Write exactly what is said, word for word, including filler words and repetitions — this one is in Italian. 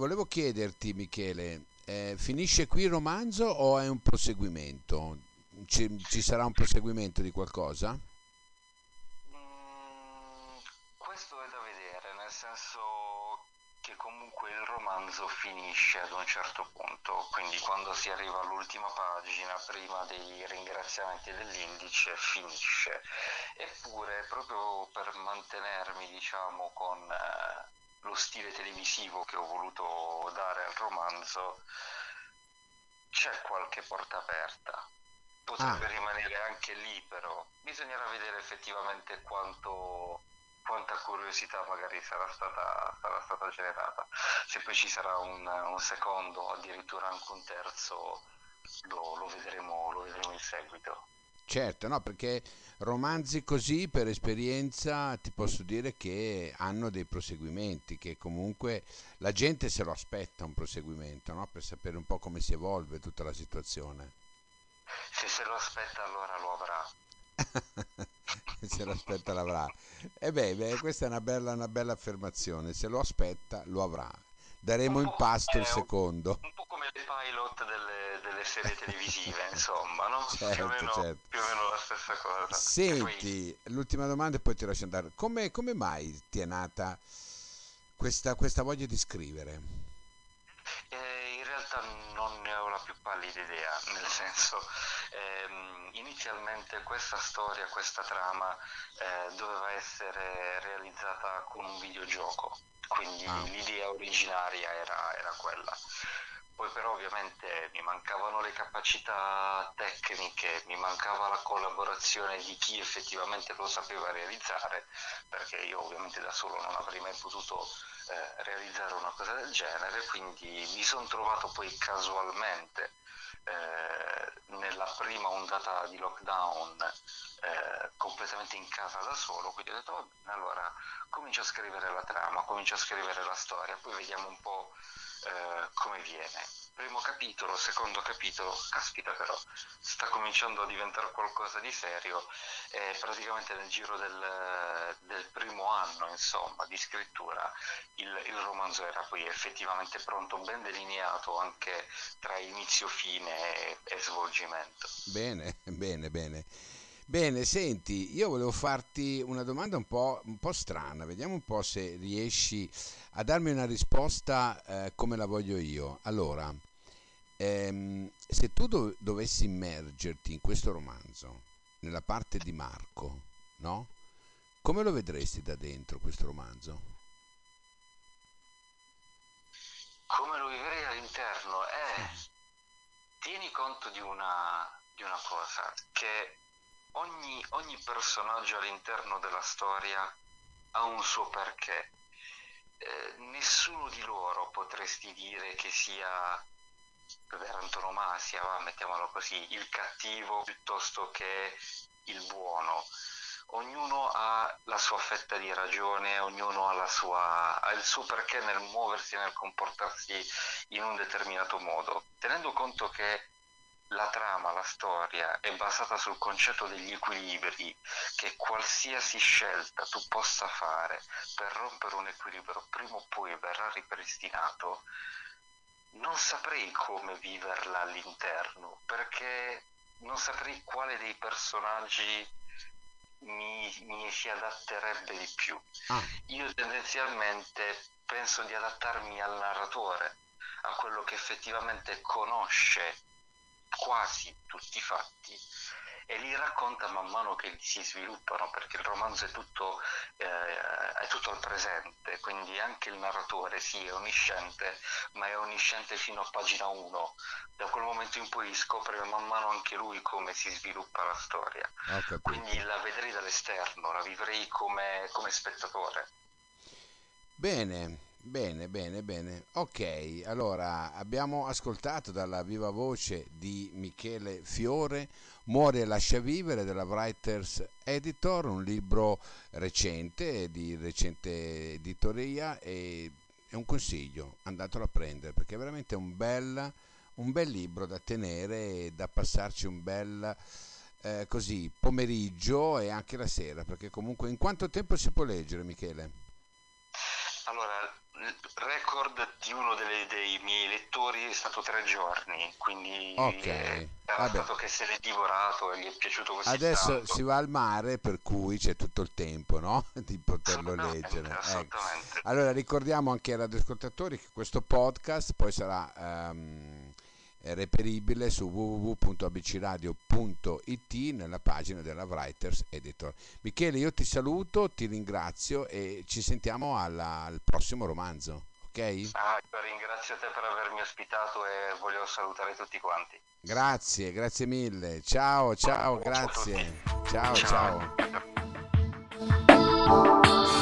volevo chiederti, Michele, eh, finisce qui il romanzo o è un proseguimento? Ci, ci sarà un proseguimento di qualcosa? Mm, questo è da vedere, nel senso che comunque il romanzo finisce ad un certo punto, quindi quando si arriva all'ultima pagina, prima dei ringraziamenti dell'indice, finisce. Eppure, proprio per mantenermi, diciamo, con eh, lo stile televisivo che ho voluto dare al romanzo, c'è qualche porta aperta. Ah, Potrebbe rimanere anche lì, però bisognerà vedere effettivamente quanto, quanta curiosità magari sarà stata, sarà stata generata. Se poi ci sarà un, un secondo, addirittura anche un terzo, lo, lo vedremo, lo vedremo in seguito. certo, no, perché romanzi così per esperienza ti posso dire che hanno dei proseguimenti, che comunque la gente se lo aspetta un proseguimento, no? Per sapere un po' come si evolve tutta la situazione. Se se lo aspetta allora lo avrà. Se lo aspetta l'avrà. E beh, beh, questa è una bella, una bella affermazione. Se lo aspetta lo avrà. Daremo Un in po' pasto il come, secondo. un po' come le pilot delle, delle serie televisive, insomma, no? Più o Certo, meno, certo. più o meno la stessa cosa. Che poi Senti, l'ultima domanda e poi ti lascio andare. Come, come mai ti è nata questa, questa voglia di scrivere? Eh, in realtà non ne ho la più pallida idea, nel senso, ehm, inizialmente questa storia, questa trama eh, doveva essere realizzata con un videogioco, quindi Ah, l'idea originaria era, era quella. Poi però ovviamente mi mancavano le capacità tecniche, mi mancava la collaborazione di chi effettivamente lo sapeva realizzare, perché io ovviamente da solo non avrei mai potuto eh, realizzare una cosa del genere, quindi mi sono trovato poi casualmente eh, nella prima ondata di lockdown eh, completamente in casa da solo, quindi ho detto va bene, allora comincio a scrivere la trama, comincio a scrivere la storia, poi vediamo un po' eh, come viene. Primo capitolo, secondo capitolo, caspita però, sta cominciando a diventare qualcosa di serio e praticamente nel giro del, del primo anno, insomma, di scrittura, il, il romanzo era poi effettivamente pronto, ben delineato anche tra inizio, fine e, e svolgimento. bene, bene, bene. Bene, senti, io volevo farti una domanda un po', un po' strana, vediamo un po' se riesci a darmi una risposta eh, come la voglio io. Allora, ehm, se tu dov- dovessi immergerti in questo romanzo, nella parte di Marco, no? Come lo vedresti da dentro questo romanzo? Come lo vivrei all'interno? Eh, tieni conto di una, di una cosa, che ogni, ogni personaggio all'interno della storia ha un suo perché. Eh, nessuno di loro potresti dire che sia per antonomasia, va, mettiamolo così, il cattivo piuttosto che il buono. Ognuno ha la sua fetta di ragione, ognuno ha, la sua, ha il suo perché nel muoversi, nel comportarsi in un determinato modo, tenendo conto che la trama, la storia è basata sul concetto degli equilibri, che qualsiasi scelta tu possa fare per rompere un equilibrio prima o poi verrà ripristinato, non saprei come viverla all'interno, perché non saprei quale dei personaggi mi, mi si adatterebbe di più. Ah, Io tendenzialmente penso di adattarmi al narratore, a quello che effettivamente conosce quasi tutti i fatti e li racconta man mano che si sviluppano, perché il romanzo è tutto, eh, è tutto al presente, quindi anche il narratore sì è onnisciente, ma è onnisciente fino a pagina uno. Da quel momento in poi scopre man mano anche lui come si sviluppa la storia. ho Quindi capito. la vedrei dall'esterno, la vivrei come, come spettatore. Bene, bene, bene, bene. Ok, allora abbiamo ascoltato dalla viva voce di Michele Fiore Muore e lascia vivere della Writers Editor, un libro recente, di recente editoria e è un consiglio, andatelo a prendere perché è veramente un bel, un bel libro da tenere e da passarci un bel eh, così pomeriggio e anche la sera, perché comunque in quanto tempo si può leggere, Michele? Allora, il record di uno delle, dei miei lettori è stato tre giorni, quindi Ok, eh, era vabbè. stato che se l'è divorato e gli è piaciuto così Adesso tanto. si va al mare, per cui c'è tutto il tempo, no? Di poterlo Assolutamente, leggere. Ecco. assolutamente. Allora ricordiamo anche ai radioascoltatori che questo podcast poi sarà ehm, reperibile su w w w punto a b c radio punto i t nella pagina della Writers Editor. Michele, io ti saluto, ti ringrazio e ci sentiamo alla- al prossimo romanzo, ok? Ah, io ringrazio te per avermi ospitato e voglio salutare tutti quanti. Grazie, grazie mille. Ciao, ciao, Ciao a tutti. grazie. Ciao, Ciao. ciao.